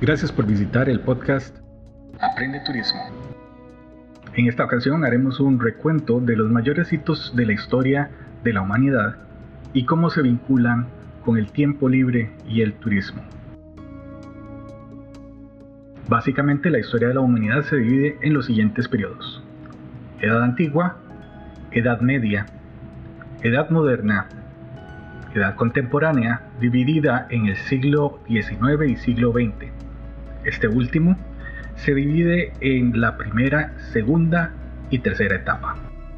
Gracias por visitar el podcast Aprende Turismo. En esta ocasión haremos un recuento de los mayores hitos de la historia de la humanidad y cómo se vinculan con el tiempo libre y el turismo. Básicamente la historia de la humanidad se divide en los siguientes periodos: Edad Antigua, Edad Media, Edad Moderna, Edad Contemporánea, dividida en el siglo XIX y siglo XX. Este último se divide en la primera, segunda y tercera etapa.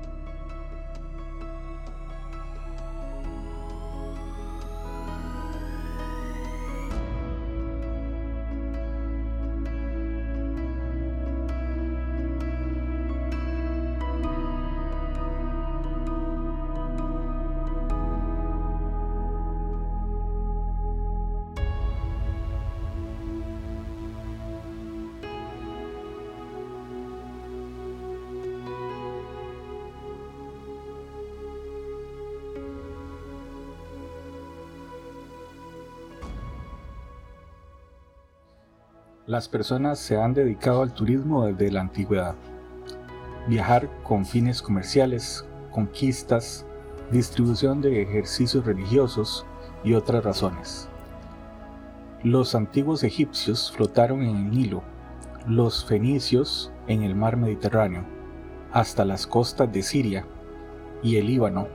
Las personas se han dedicado al turismo desde la antigüedad. Viajar con fines comerciales, conquistas, distribución de ejercicios religiosos y otras razones. Los antiguos egipcios flotaron en el Nilo, los fenicios en el mar Mediterráneo, hasta las costas de Siria y el Líbano.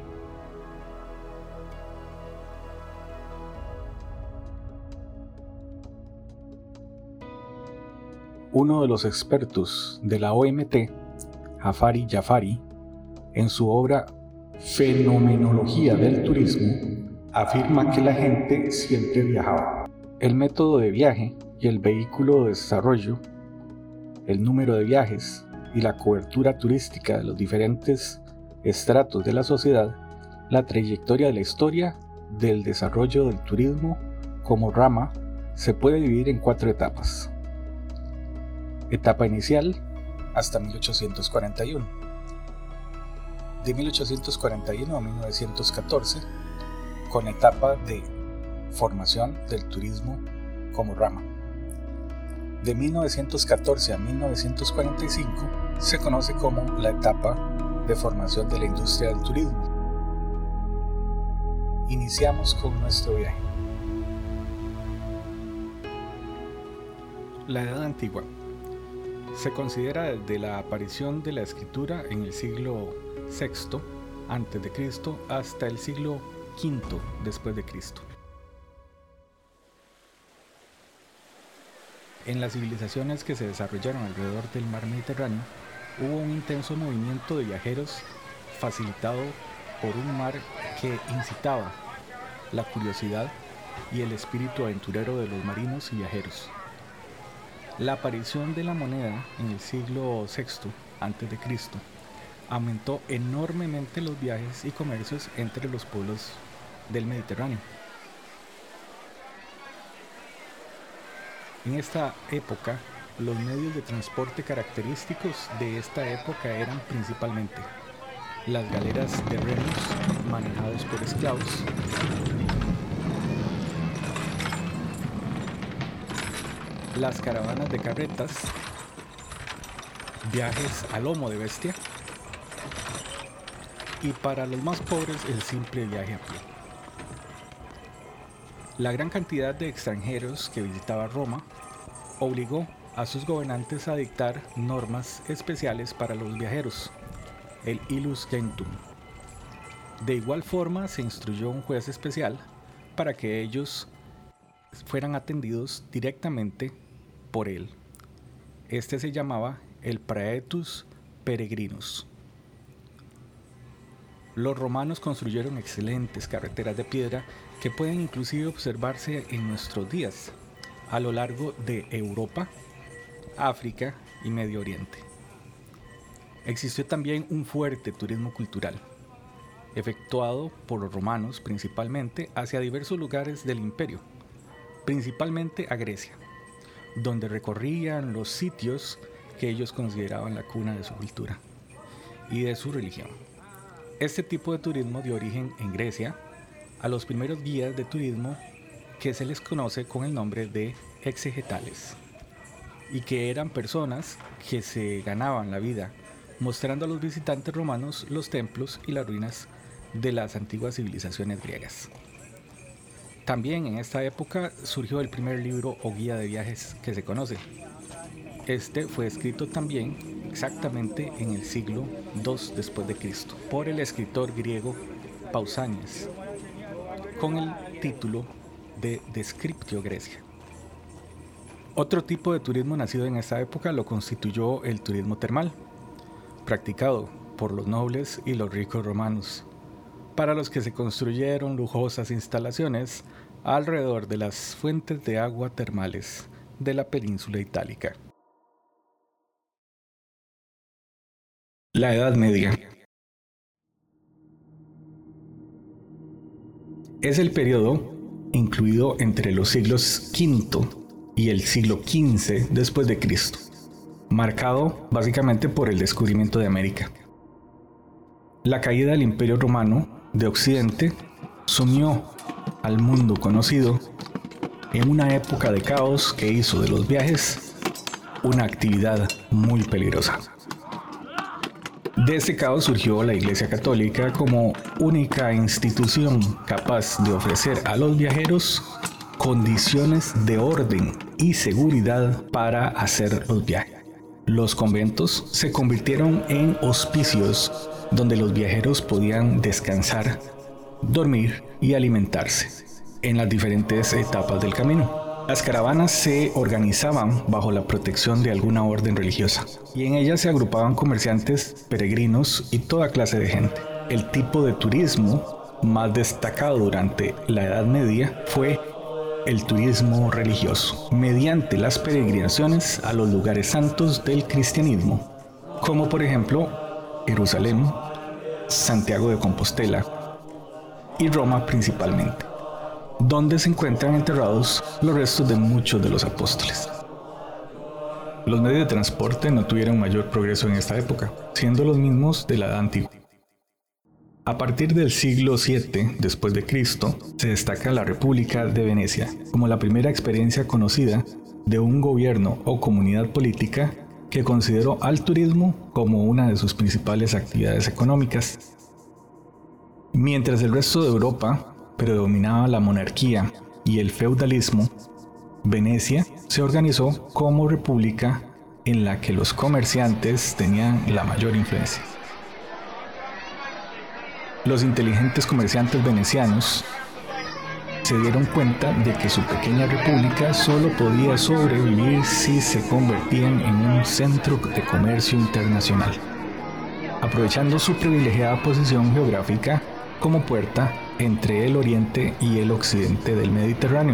Uno de los expertos de la OMT, Jafari Jafari, en su obra Fenomenología del Turismo, afirma que la gente siempre viajaba. El método de viaje y el vehículo de desarrollo, el número de viajes y la cobertura turística de los diferentes estratos de la sociedad, la trayectoria de la historia del desarrollo del turismo como rama se puede dividir en 4 etapas. Etapa inicial, hasta 1841. De 1841 a 1914, con etapa de formación del turismo como rama. De 1914 a 1945 se conoce como la etapa de formación de la industria del turismo. Iniciamos con nuestro viaje. La Edad Antigua. Se considera desde la aparición de la escritura en el siglo VI a.C. hasta el siglo V después de Cristo. En las civilizaciones que se desarrollaron alrededor del mar Mediterráneo, hubo un intenso movimiento de viajeros facilitado por un mar que incitaba la curiosidad y el espíritu aventurero de los marinos y viajeros. La aparición de la moneda en el siglo VI a.C. aumentó enormemente los viajes y comercios entre los pueblos del Mediterráneo. En esta época, los medios de transporte característicos de esta época eran principalmente las galeras de remos manejados por esclavos, las caravanas de carretas, viajes a lomo de bestia y para los más pobres el simple viaje a pie. La gran cantidad de extranjeros que visitaba Roma obligó a sus gobernantes a dictar normas especiales para los viajeros, el Ilus Gentium. De igual forma se instruyó un juez especial para que ellos fueran atendidos directamente por él. Este se llamaba el Praetus Peregrinus. Los romanos construyeron excelentes carreteras de piedra que pueden inclusive observarse en nuestros días a lo largo de Europa, África y Medio Oriente. Existió también un fuerte turismo cultural, efectuado por los romanos principalmente hacia diversos lugares del imperio, principalmente a Grecia, donde recorrían los sitios que ellos consideraban la cuna de su cultura y de su religión. Este tipo de turismo dio origen en Grecia a los primeros guías de turismo que se les conoce con el nombre de exegetales, y que eran personas que se ganaban la vida mostrando a los visitantes romanos los templos y las ruinas de las antiguas civilizaciones griegas. También en esta época surgió el primer libro o guía de viajes que se conoce. Este fue escrito también exactamente en el siglo II después de Cristo por el escritor griego Pausanias, con el título de Descriptio Grecia. Otro tipo de turismo nacido en esta época lo constituyó el turismo termal, practicado por los nobles y los ricos romanos, para los que se construyeron lujosas instalaciones alrededor de las fuentes de agua termales de la península itálica. La Edad Media es el periodo incluido entre los siglos V y el siglo XV después de Cristo, marcado básicamente por el descubrimiento de América. La caída del Imperio Romano de Occidente sumió al mundo conocido en una época de caos que hizo de los viajes una actividad muy peligrosa. De este caos surgió la Iglesia Católica como única institución capaz de ofrecer a los viajeros condiciones de orden y seguridad para hacer los viajes. Los conventos se convirtieron en hospicios donde los viajeros podían descansar, dormir y alimentarse en las diferentes etapas del camino. Las caravanas se organizaban bajo la protección de alguna orden religiosa y en ellas se agrupaban comerciantes, peregrinos y toda clase de gente. El tipo de turismo más destacado durante la Edad Media fue el turismo religioso, mediante las peregrinaciones a los lugares santos del cristianismo, como por ejemplo Jerusalén, Santiago de Compostela y Roma principalmente, donde se encuentran enterrados los restos de muchos de los apóstoles. Los medios de transporte no tuvieron mayor progreso en esta época, siendo los mismos de la Edad Antigua. A partir del siglo VII después de Cristo, se destaca la República de Venecia como la primera experiencia conocida de un gobierno o comunidad política que consideró al turismo como una de sus principales actividades económicas. Mientras el resto de Europa predominaba la monarquía y el feudalismo, Venecia se organizó como república en la que los comerciantes tenían la mayor influencia. Los inteligentes comerciantes venecianos se dieron cuenta de que su pequeña república solo podía sobrevivir si se convertían en un centro de comercio internacional, aprovechando su privilegiada posición geográfica como puerta entre el oriente y el occidente del Mediterráneo.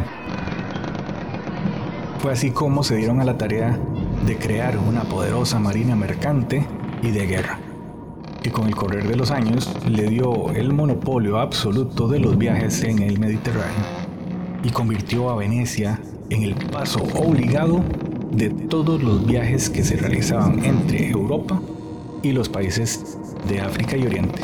Fue así como se dieron a la tarea de crear una poderosa marina mercante y de guerra, que con el correr de los años le dio el monopolio absoluto de los viajes en el Mediterráneo y convirtió a Venecia en el paso obligado de todos los viajes que se realizaban entre Europa y los países de África y Oriente.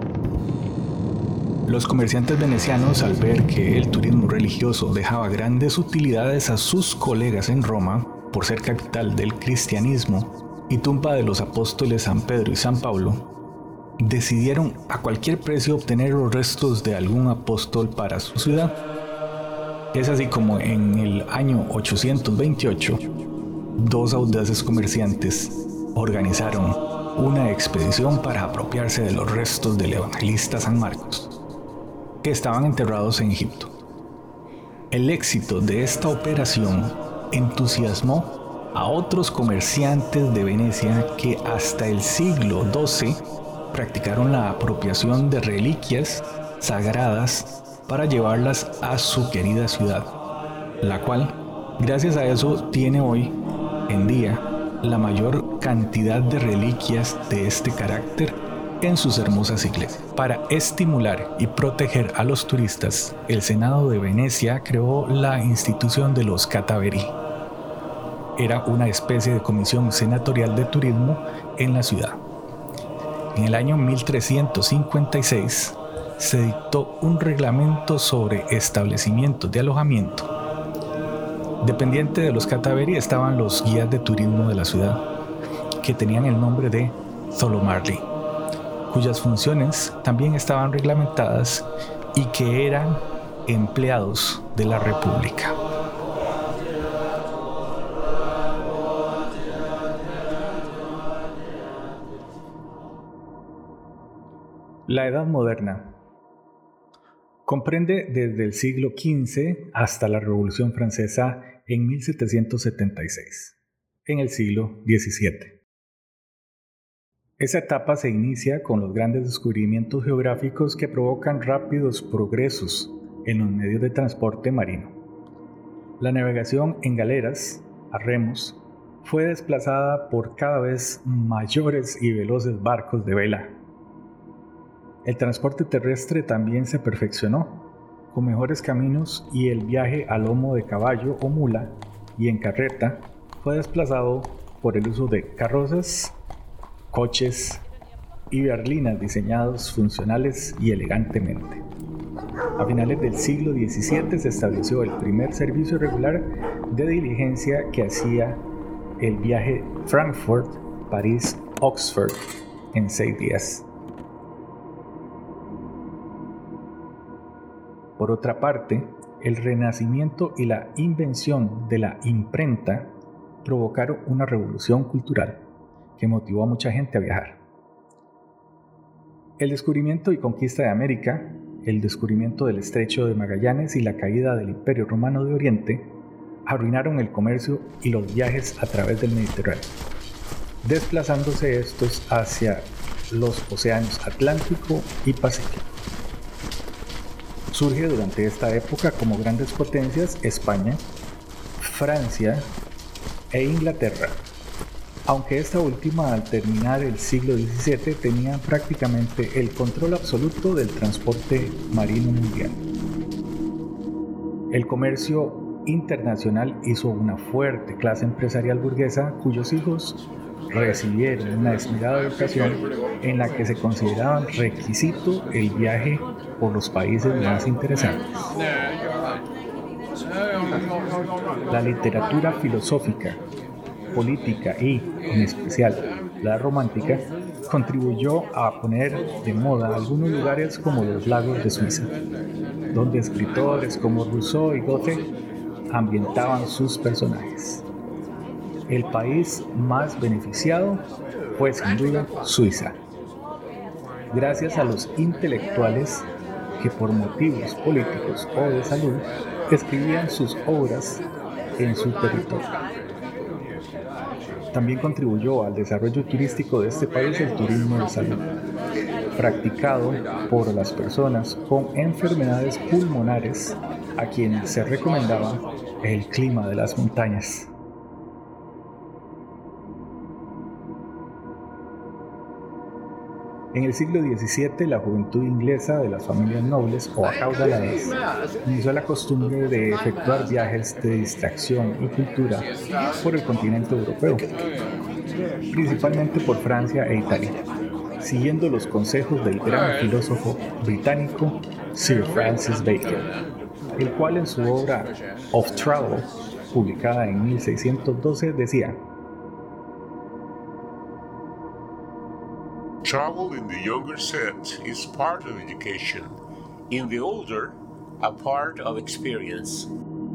Los comerciantes venecianos, al ver que el turismo religioso dejaba grandes utilidades a sus colegas en Roma, por ser capital del cristianismo y tumba de los apóstoles San Pedro y San Pablo, decidieron a cualquier precio obtener los restos de algún apóstol para su ciudad. Es así como en el año 828, dos audaces comerciantes organizaron una expedición para apropiarse de los restos del evangelista San Marcos, que estaban enterrados en Egipto. El éxito de esta operación entusiasmó a otros comerciantes de Venecia que hasta el siglo XII practicaron la apropiación de reliquias sagradas para llevarlas a su querida ciudad, la cual, gracias a eso, tiene hoy en día la mayor cantidad de reliquias de este carácter en sus hermosas iglesias. Para estimular y proteger a los turistas, el Senado de Venecia creó la institución de los Cataveri. Era una especie de comisión senatorial de turismo en la ciudad. En el año 1356 se dictó un reglamento sobre establecimientos de alojamiento, Dependiente de los Cataveri estaban los guías de turismo de la ciudad, que tenían el nombre de Zolomarli, cuyas funciones también estaban reglamentadas y que eran empleados de la República. La Edad Moderna comprende desde el siglo XV hasta la Revolución Francesa en 1776, en el siglo XVII. Esa etapa se inicia con los grandes descubrimientos geográficos que provocan rápidos progresos en los medios de transporte marino. La navegación en galeras, a remos, fue desplazada por cada vez mayores y veloces barcos de vela. El transporte terrestre también se perfeccionó, con mejores caminos, y el viaje a lomo de caballo o mula y en carreta fue desplazado por el uso de carrozas, coches y berlinas diseñados funcionales y elegantemente. A finales del siglo XVII se estableció el primer servicio regular de diligencia que hacía el viaje Frankfurt-París-Oxford en 6 días. Por otra parte, el Renacimiento y la invención de la imprenta provocaron una revolución cultural que motivó a mucha gente a viajar. El descubrimiento y conquista de América, el descubrimiento del Estrecho de Magallanes y la caída del Imperio Romano de Oriente arruinaron el comercio y los viajes a través del Mediterráneo, desplazándose estos hacia los océanos Atlántico y Pacífico. Surge durante esta época como grandes potencias España, Francia e Inglaterra, aunque esta última al terminar el siglo XVII tenía prácticamente el control absoluto del transporte marino mundial. El comercio internacional hizo una fuerte clase empresarial burguesa cuyos hijos recibieron una esmerada educación en la que se consideraban requisito el viaje por los países más interesantes. La literatura filosófica, política y, en especial, la romántica, contribuyó a poner de moda algunos lugares como los lagos de Suiza, donde escritores como Rousseau y Goethe ambientaban sus personajes. El país más beneficiado fue sin duda Suiza, gracias a los intelectuales que por motivos políticos o de salud escribían sus obras en su territorio. También contribuyó al desarrollo turístico de este país el turismo de salud, practicado por las personas con enfermedades pulmonares a quienes se recomendaba el clima de las montañas. En el siglo XVII, la juventud inglesa de las familias nobles o acaudaladas inició la costumbre de efectuar viajes de distracción y cultura por el continente europeo, principalmente por Francia e Italia, siguiendo los consejos del gran filósofo británico Sir Francis Bacon, el cual en su obra Of Travel, publicada en 1612, decía: Travel in the younger sense is part of education. In the older, a part of experience.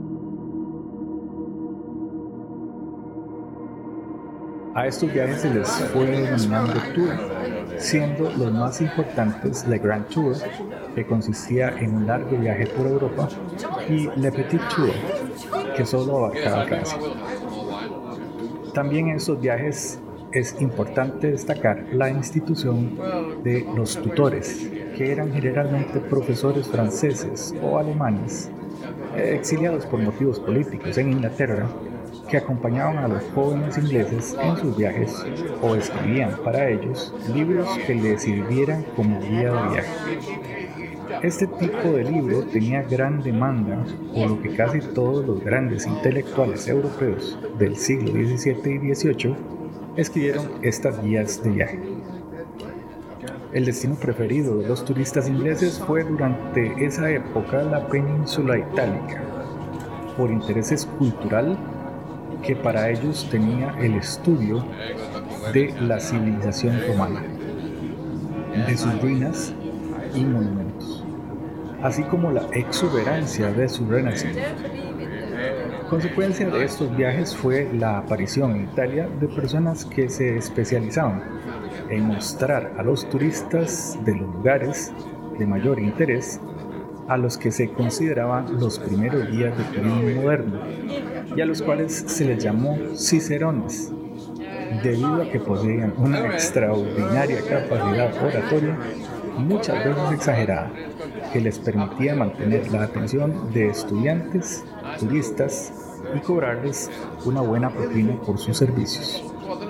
A estos viajes se les fue denominando tour, siendo los más importantes Le Grand Tour, que consistía en un largo viaje por Europa, y Le Petit Tour, que solo abarcaba Francia. También en estos viajes es importante destacar la institución de los tutores, que eran generalmente profesores franceses o alemanes, exiliados por motivos políticos en Inglaterra, que acompañaban a los jóvenes ingleses en sus viajes o escribían para ellos libros que les sirvieran como guía de viaje. Este tipo de libro tenía gran demanda, por lo que casi todos los grandes intelectuales europeos del siglo XVII y XVIII escribieron estas guías de viaje. El destino preferido de los turistas ingleses fue durante esa época la península itálica, por intereses cultural que para ellos tenía el estudio de la civilización romana, de sus ruinas y monumentos, así como la exuberancia de su renacimiento. Consecuencia de estos viajes fue la aparición en Italia de personas que se especializaban en mostrar a los turistas de los lugares de mayor interés a los que se consideraban los primeros guías de turismo moderno y a los cuales se les llamó cicerones, debido a que poseían una extraordinaria capacidad oratoria, muchas veces exagerada, que les permitía mantener la atención de estudiantes, turistas y cobrarles una buena propina por sus servicios.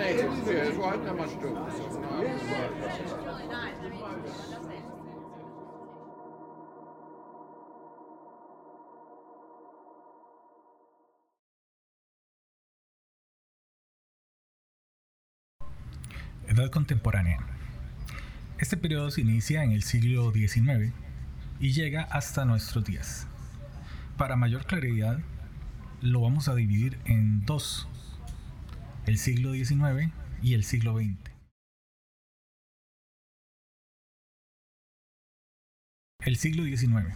Edad contemporánea. Este periodo se inicia en el siglo XIX y llega hasta nuestros días. Para mayor claridad, lo vamos a dividir en dos: el siglo XIX y el siglo XX. El siglo XIX.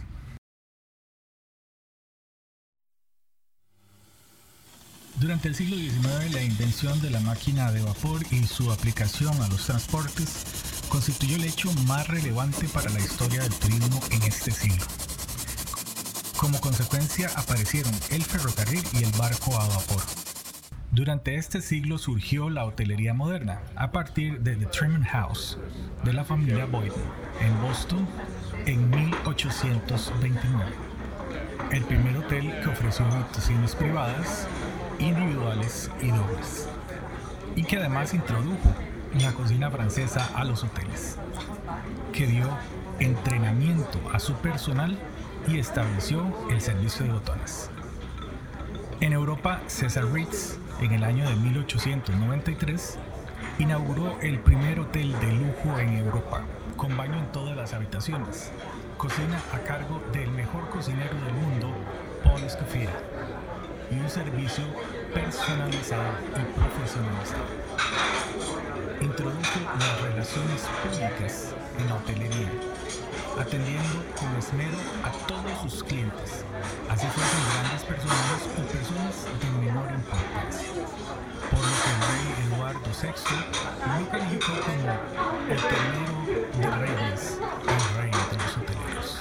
Durante el siglo XIX, la invención de la máquina de vapor y su aplicación a los transportes constituyó el hecho más relevante para la historia del turismo en este siglo. Como consecuencia aparecieron el ferrocarril y el barco a vapor. Durante este siglo surgió la hotelería moderna, a partir de The Tremont House de la familia Boyden en Boston en 1829. El primer hotel que ofreció habitaciones privadas, individuales y dobles, y que además introdujo la cocina francesa a los hoteles, que dio entrenamiento a su personal y estableció el servicio de botones. En Europa, César Ritz, en el año de 1893, inauguró el primer hotel de lujo en Europa, con baño en todas las habitaciones, cocina a cargo del mejor cocinero del mundo, Paul Escoffier, y un servicio personalizado y profesionalizado. Introdujo las relaciones públicas en la hotelería, atendiendo con esmero a todos sus clientes, así fuesen grandes personas o personas de menor importancia, por lo que el rey Eduardo VI lo calificó como hotelero de reyes, el rey de los hoteleros.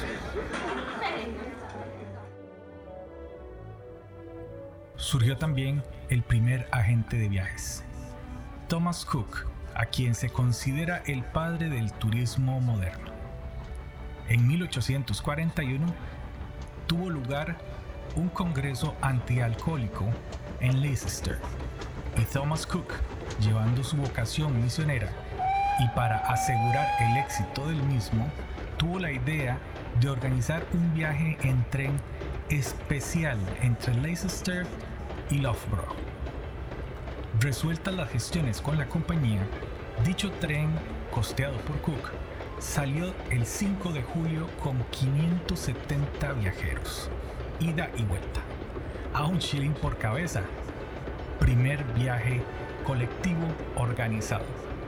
Surgió también el primer agente de viajes, Thomas Cook, a quien se considera el padre del turismo moderno. En 1841 tuvo lugar un congreso antialcohólico en Leicester, y Thomas Cook, llevando su vocación misionera y para asegurar el éxito del mismo, tuvo la idea de organizar un viaje en tren especial entre Leicester y Loughborough. Resueltas las gestiones con la compañía, dicho tren, costeado por Cook, salió el 5 de julio con 570 viajeros, ida y vuelta, a $1 por cabeza. Primer viaje colectivo organizado.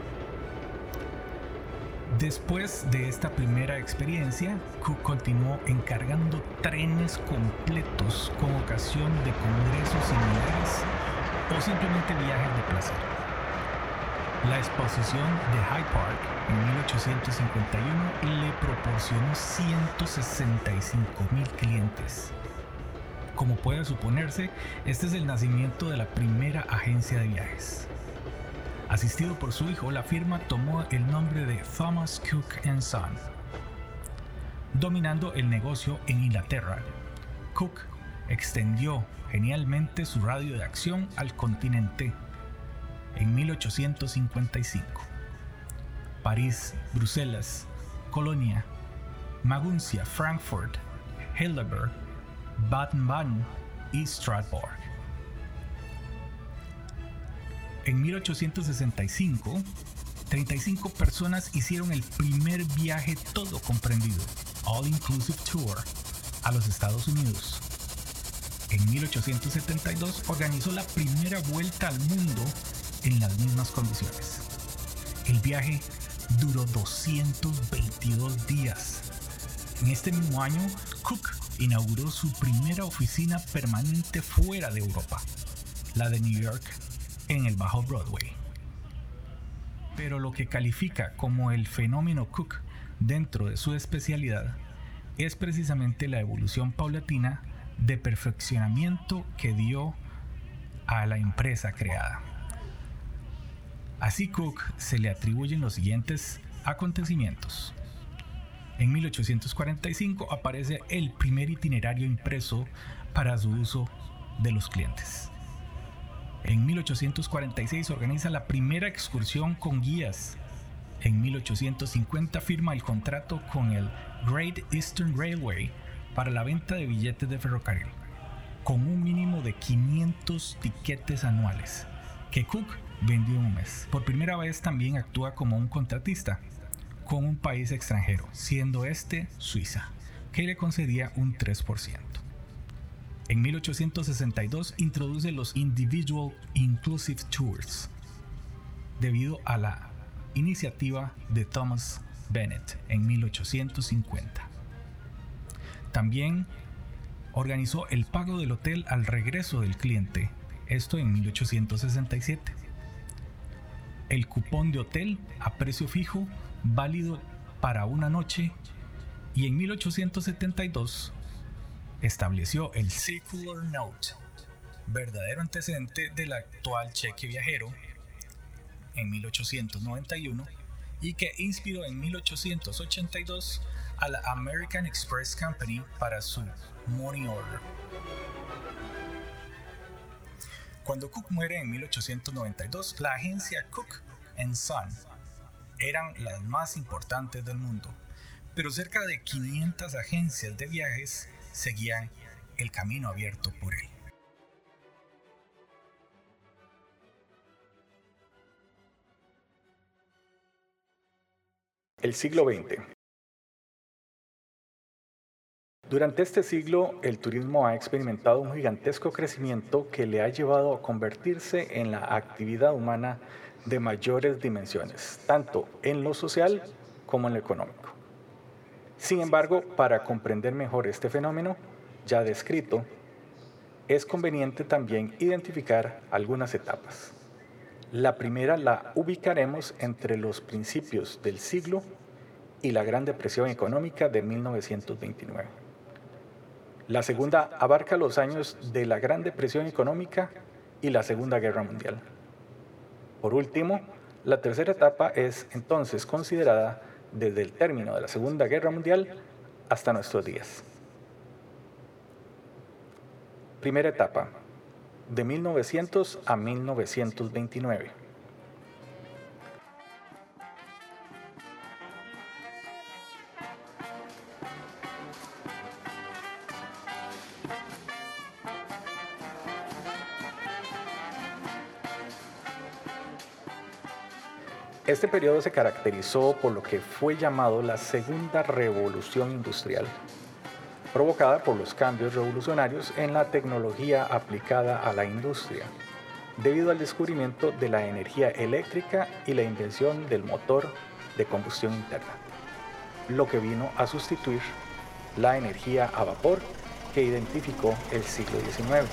Después de esta primera experiencia, Cook continuó encargando trenes completos con ocasión de congresos similares o simplemente viajes de placer. La exposición de Hyde Park en 1851 le proporcionó 165,000 clientes. Como puede suponerse, este es el nacimiento de la primera agencia de viajes. Asistido por su hijo, la firma tomó el nombre de Thomas Cook & Son. Dominando el negocio en Inglaterra, Cook extendió genialmente su radio de acción al continente. En 1855, París, Bruselas, Colonia, Maguncia, Frankfurt, Heidelberg, Baden-Baden y Strasbourg. En 1865, 35 personas hicieron el primer viaje todo comprendido, All Inclusive Tour, a los Estados Unidos. en 1872, organizó la primera vuelta al mundo en las mismas condiciones. El viaje duró 222 días. En este mismo año, Cook inauguró su primera oficina permanente fuera de Europa, la de New York, en el Bajo Broadway. Pero lo que califica como el fenómeno Cook dentro de su especialidad es precisamente la evolución paulatina de perfeccionamiento que dio a la empresa creada. Así, Cook se le atribuyen los siguientes acontecimientos. En 1845 aparece el primer itinerario impreso para su uso de los clientes. En 1846 organiza la primera excursión con guías. En 1850 firma el contrato con el Great Eastern Railway para la venta de billetes de ferrocarril, con un mínimo de 500 tiquetes anuales, que Cook vendió en un mes. Por primera vez también actúa como un contratista con un país extranjero, siendo Suiza, que le concedía un 3%. En 1862 introduce los Individual Inclusive Tours, debido a la iniciativa de Thomas Bennett en 1850. También organizó el pago del hotel al regreso del cliente, esto en 1867. El cupón de hotel a precio fijo, válido para una noche, y en 1872 estableció el Circular Note, verdadero antecedente del actual cheque viajero, en 1891, y que inspiró en 1882 a la American Express Company para su Money Order. Cuando Cook muere en 1892, la agencia Cook & Son eran las más importantes del mundo, pero cerca de 500 agencias de viajes seguían el camino abierto por él. El siglo XX. Durante este siglo, el turismo ha experimentado un gigantesco crecimiento que le ha llevado a convertirse en la actividad humana de mayores dimensiones, tanto en lo social como en lo económico. Sin embargo, para comprender mejor este fenómeno ya descrito, es conveniente también identificar algunas etapas. La primera la ubicaremos entre los principios del siglo y la Gran Depresión Económica de 1929. La segunda abarca los años de la Gran Depresión Económica y la Segunda Guerra Mundial. Por último, la tercera etapa es entonces considerada desde el término de la Segunda Guerra Mundial hasta nuestros días. Primera etapa, de 1900 a 1929. Este periodo se caracterizó por lo que fue llamado la Segunda Revolución Industrial, provocada por los cambios revolucionarios en la tecnología aplicada a la industria, debido al descubrimiento de la energía eléctrica y la invención del motor de combustión interna, lo que vino a sustituir la energía a vapor que identificó el siglo XIX.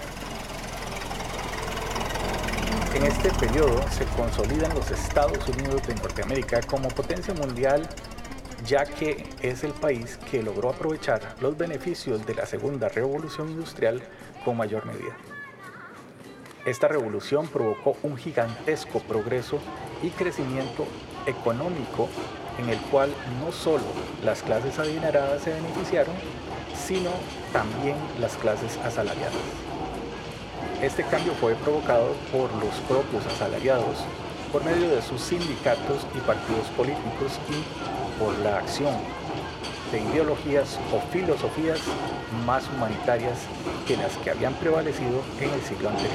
En este periodo se consolidan los Estados Unidos de Norteamérica como potencia mundial, ya que es el país que logró aprovechar los beneficios de la Segunda Revolución Industrial con mayor medida. Esta revolución provocó un gigantesco progreso y crecimiento económico en el cual no solo las clases adineradas se beneficiaron, sino también las clases asalariadas. Este cambio fue provocado por los propios asalariados por medio de sus sindicatos y partidos políticos y por la acción de ideologías o filosofías más humanitarias que las que habían prevalecido en el siglo anterior.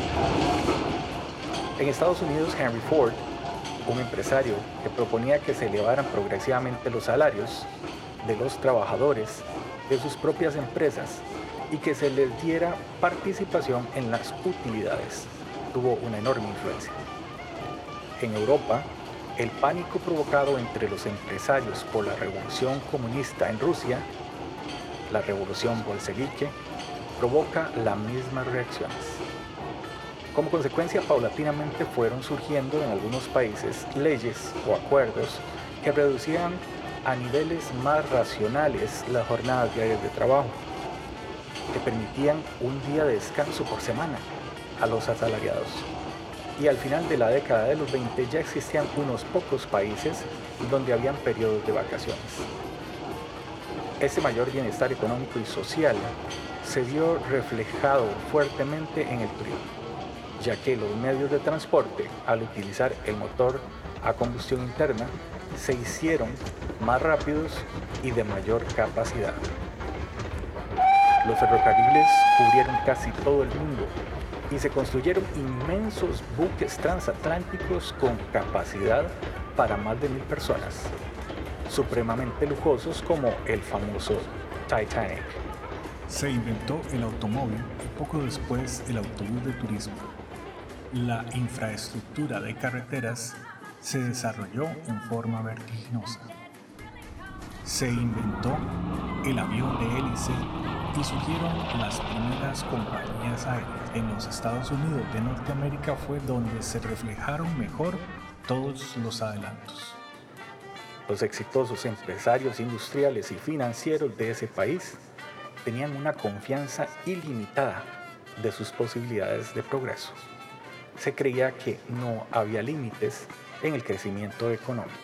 En Estados Unidos, Henry Ford, un empresario que proponía que se elevaran progresivamente los salarios de los trabajadores de sus propias empresas, y que se les diera participación en las utilidades. Tuvo una enorme influencia. En Europa, el pánico provocado entre los empresarios por la revolución comunista en Rusia, la revolución bolchevique, provoca las mismas reacciones. Como consecuencia, paulatinamente fueron surgiendo en algunos países leyes o acuerdos que reducían a niveles más racionales las jornadas diarias de trabajo, que permitían un día de descanso por semana a los asalariados. Y al final de la década de los 20 ya existían unos pocos países donde habían periodos de vacaciones. Ese mayor bienestar económico y social se vio reflejado fuertemente en el turismo, ya que los medios de transporte, al utilizar el motor a combustión interna, se hicieron más rápidos y de mayor capacidad. Los ferrocarriles cubrieron casi todo el mundo y se construyeron inmensos buques transatlánticos con capacidad para más de 1000 personas, supremamente lujosos como el famoso Titanic. Se inventó el automóvil y poco después el autobús de turismo. La infraestructura de carreteras se desarrolló en forma vertiginosa. Se inventó el avión de hélice y surgieron las primeras compañías aéreas. En los Estados Unidos de Norteamérica fue donde se reflejaron mejor todos los adelantos. Los exitosos empresarios industriales y financieros de ese país tenían una confianza ilimitada de sus posibilidades de progreso. Se creía que no había límites en el crecimiento económico.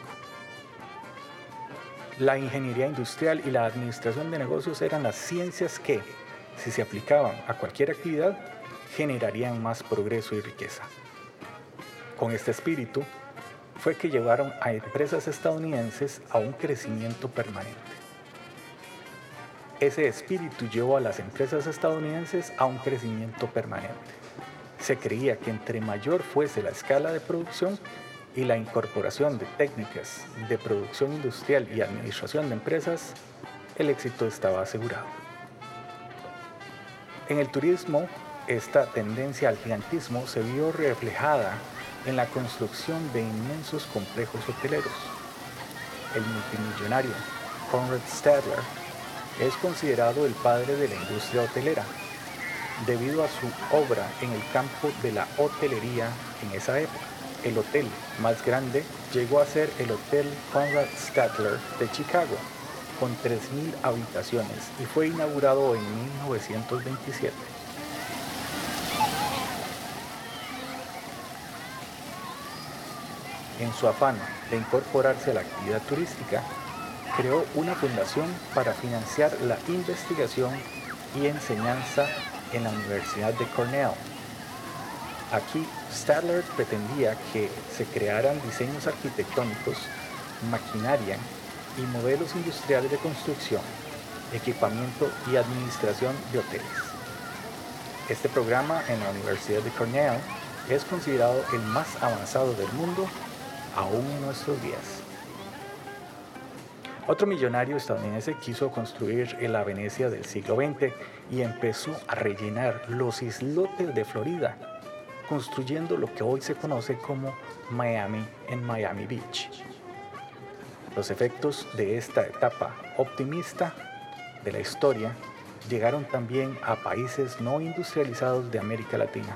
La ingeniería industrial y la administración de negocios eran las ciencias que, si se aplicaban a cualquier actividad, generarían más progreso y riqueza. Con este espíritu fue que llevaron a empresas estadounidenses a un crecimiento permanente. Ese espíritu llevó a las empresas estadounidenses a un crecimiento permanente. Se creía que entre mayor fuese la escala de producción y la incorporación de técnicas de producción industrial y administración de empresas, el éxito estaba asegurado. En el turismo, esta tendencia al gigantismo se vio reflejada en la construcción de inmensos complejos hoteleros. El multimillonario Conrad Stadler es considerado el padre de la industria hotelera, debido a su obra en el campo de la hotelería en esa época. El hotel más grande llegó a ser el Hotel Conrad Stadler de Chicago, con 3.000 habitaciones, y fue inaugurado en 1927. En su afán de incorporarse a la actividad turística, creó una fundación para financiar la investigación y enseñanza en la Universidad de Cornell. Aquí, Stadler pretendía que se crearan diseños arquitectónicos, maquinaria y modelos industriales de construcción, equipamiento y administración de hoteles. Este programa en la Universidad de Cornell es considerado el más avanzado del mundo aún en nuestros días. Otro millonario estadounidense quiso construir la Venecia del siglo XX y empezó a rellenar los islotes de Florida, construyendo lo que hoy se conoce como Miami en Miami Beach. Los efectos de esta etapa optimista de la historia llegaron también a países no industrializados de América Latina.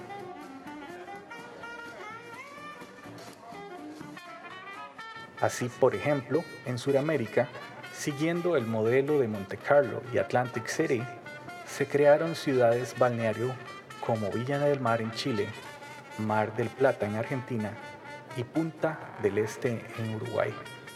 Así, por ejemplo, en Sudamérica, siguiendo el modelo de Monte Carlo y Atlantic City, se crearon ciudades balneario como Villa del Mar en Chile, Mar del Plata en Argentina y Punta del Este en Uruguay.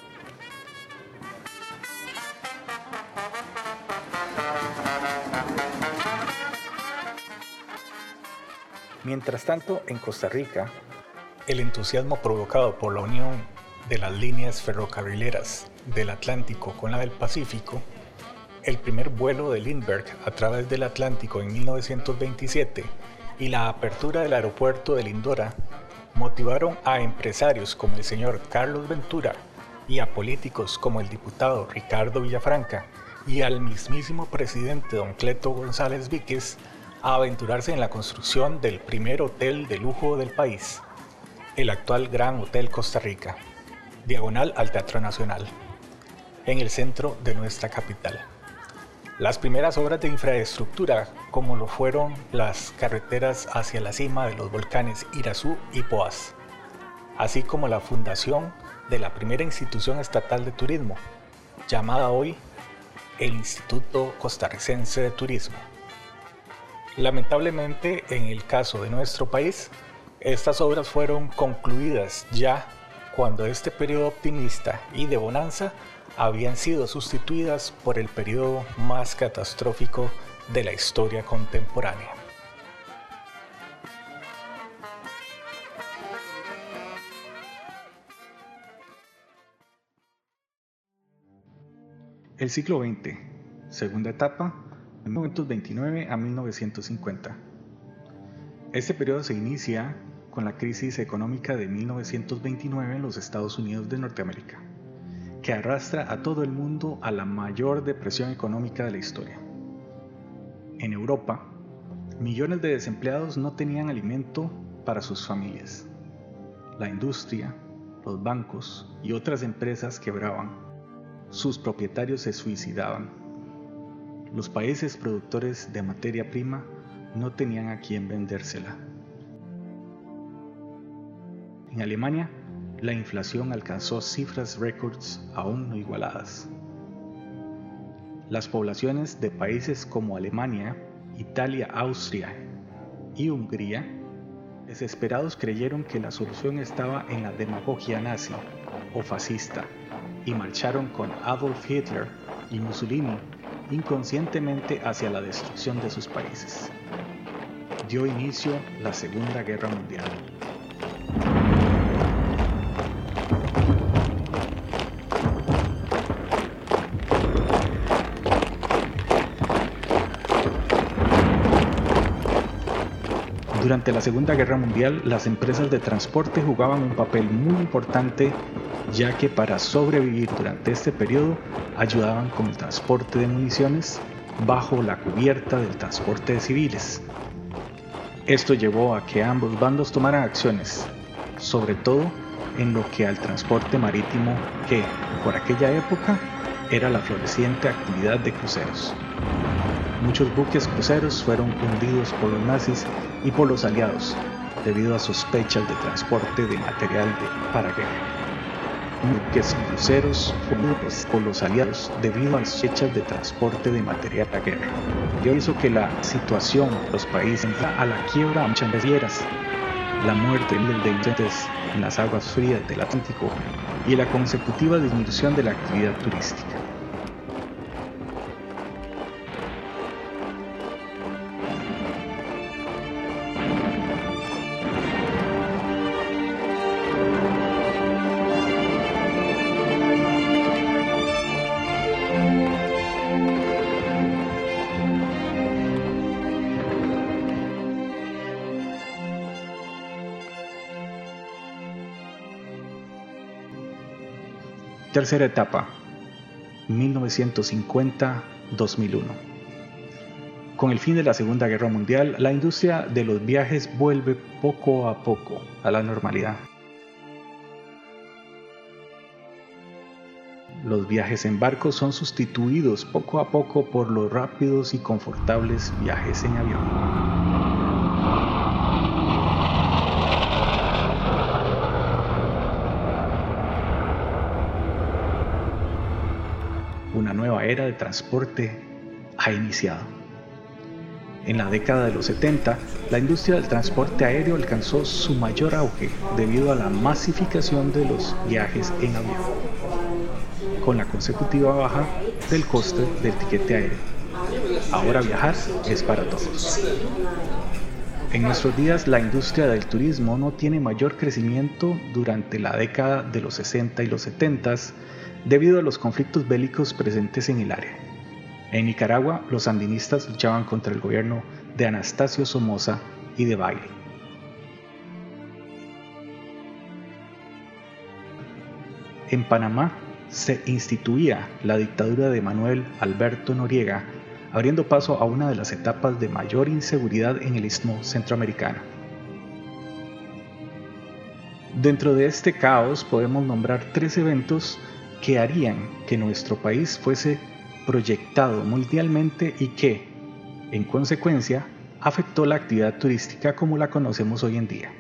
Mientras tanto, en Costa Rica, el entusiasmo provocado por la unión de las líneas ferrocarrileras del Atlántico con la del Pacífico, el primer vuelo de Lindbergh a través del Atlántico en 1927 y la apertura del aeropuerto de Lindora motivaron a empresarios como el señor Carlos Ventura y a políticos como el diputado Ricardo Villafranca y al mismísimo presidente don Cleto González Víquez a aventurarse en la construcción del primer hotel de lujo del país, el actual Gran Hotel Costa Rica, diagonal al Teatro Nacional, en el centro de nuestra capital. Las primeras obras de infraestructura, como lo fueron las carreteras hacia la cima de los volcanes Irazú y Poás, así como la fundación de la primera institución estatal de turismo, llamada hoy el Instituto Costarricense de Turismo. Lamentablemente, en el caso de nuestro país, estas obras fueron concluidas ya cuando este periodo optimista y de bonanza habían sido sustituidas por el periodo más catastrófico de la historia contemporánea. El siglo XX, segunda etapa, de 1929 a 1950. Este periodo se inicia con la crisis económica de 1929 en los Estados Unidos de Norteamérica, que arrastra a todo el mundo a la mayor depresión económica de la historia. En Europa, millones de desempleados no tenían alimento para sus familias. La industria, los bancos y otras empresas quebraban. Sus propietarios se suicidaban. Los países productores de materia prima no tenían a quién vendérsela. En Alemania, la inflación alcanzó cifras récords aún no igualadas. Las poblaciones de países como Alemania, Italia, Austria y Hungría, desesperados creyeron que la solución estaba en la demagogia nazi o fascista y marcharon con Adolf Hitler y Mussolini inconscientemente hacia la destrucción de sus países. Dio inicio la Segunda Guerra Mundial. Durante la Segunda Guerra Mundial, las empresas de transporte jugaban un papel muy importante, ya que para sobrevivir durante este periodo ayudaban con el transporte de municiones bajo la cubierta del transporte de civiles. Esto llevó a que ambos bandos tomaran acciones, sobre todo en lo que al transporte marítimo, que por aquella época era la floreciente actividad de cruceros. Muchos buques cruceros fueron hundidos por los nazis y por los aliados debido a sospechas de transporte de material para guerra. Buques cruceros hundidos por los aliados debido a sospechas de transporte de material para guerra. Ello hizo que la situación de los países entrara a la quiebra a muchas navieras, la muerte de inocentes en las aguas frías del Atlántico y la consecutiva disminución de la actividad turística. Tercera etapa, 1950-2001. Con el fin de la Segunda Guerra Mundial, la industria de los viajes vuelve poco a poco a la normalidad. Los viajes en barco son sustituidos poco a poco por los rápidos y confortables viajes en avión. Una nueva era de transporte ha iniciado. En la década de los 70, la industria del transporte aéreo alcanzó su mayor auge debido a la masificación de los viajes en avión, con la consecutiva baja del coste del tiquete aéreo. Ahora viajar es para todos. En nuestros días, la industria del turismo no tiene mayor crecimiento durante la década de los 60 y los 70 debido a los conflictos bélicos presentes en el área. En Nicaragua, los sandinistas luchaban contra el gobierno de Anastasio Somoza y de Baile. En Panamá, se instituía la dictadura de Manuel Alberto Noriega, abriendo paso a una de las etapas de mayor inseguridad en el istmo centroamericano. Dentro de este caos podemos nombrar 3 eventos que harían que nuestro país fuese proyectado mundialmente y que, en consecuencia, afectó la actividad turística como la conocemos hoy en día.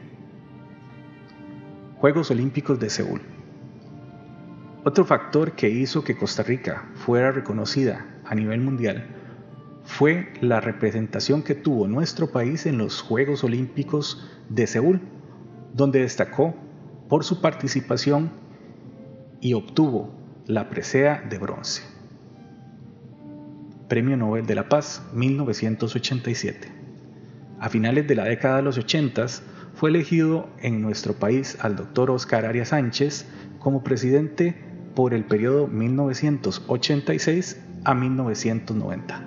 Juegos Olímpicos de Seúl. Otro factor que hizo que Costa Rica fuera reconocida a nivel mundial fue la representación que tuvo nuestro país en los Juegos Olímpicos de Seúl, donde destacó por su participación y obtuvo la presea de bronce. Premio Nobel de la Paz, 1987. A finales de la década de los 80 fue elegido en nuestro país al Dr. Óscar Arias Sánchez como presidente por el periodo 1986 a 1990.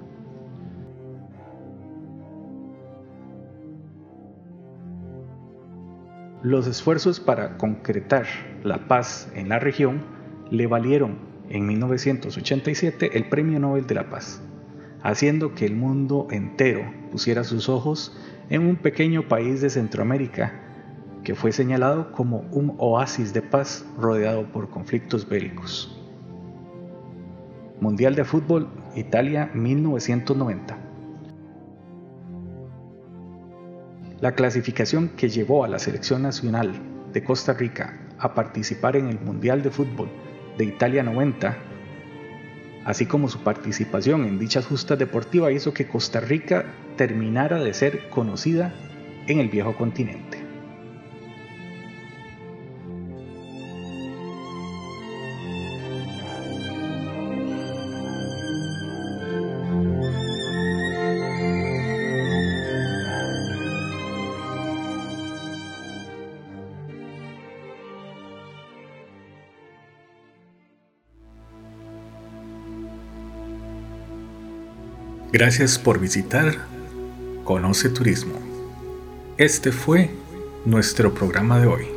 Los esfuerzos para concretar la paz en la región le valieron en 1987 el Premio Nobel de la Paz, haciendo que el mundo entero pusiera sus ojos en un pequeño país de Centroamérica que fue señalado como un oasis de paz rodeado por conflictos bélicos. Mundial de Fútbol, Italia, 1990. La clasificación que llevó a la selección nacional de Costa Rica a participar en el Mundial de Fútbol de Italia 90, así como su participación en dichas justas deportivas, hizo que Costa Rica terminara de ser conocida en el viejo continente. Gracias por visitar Conoce Turismo. Este fue nuestro programa de hoy.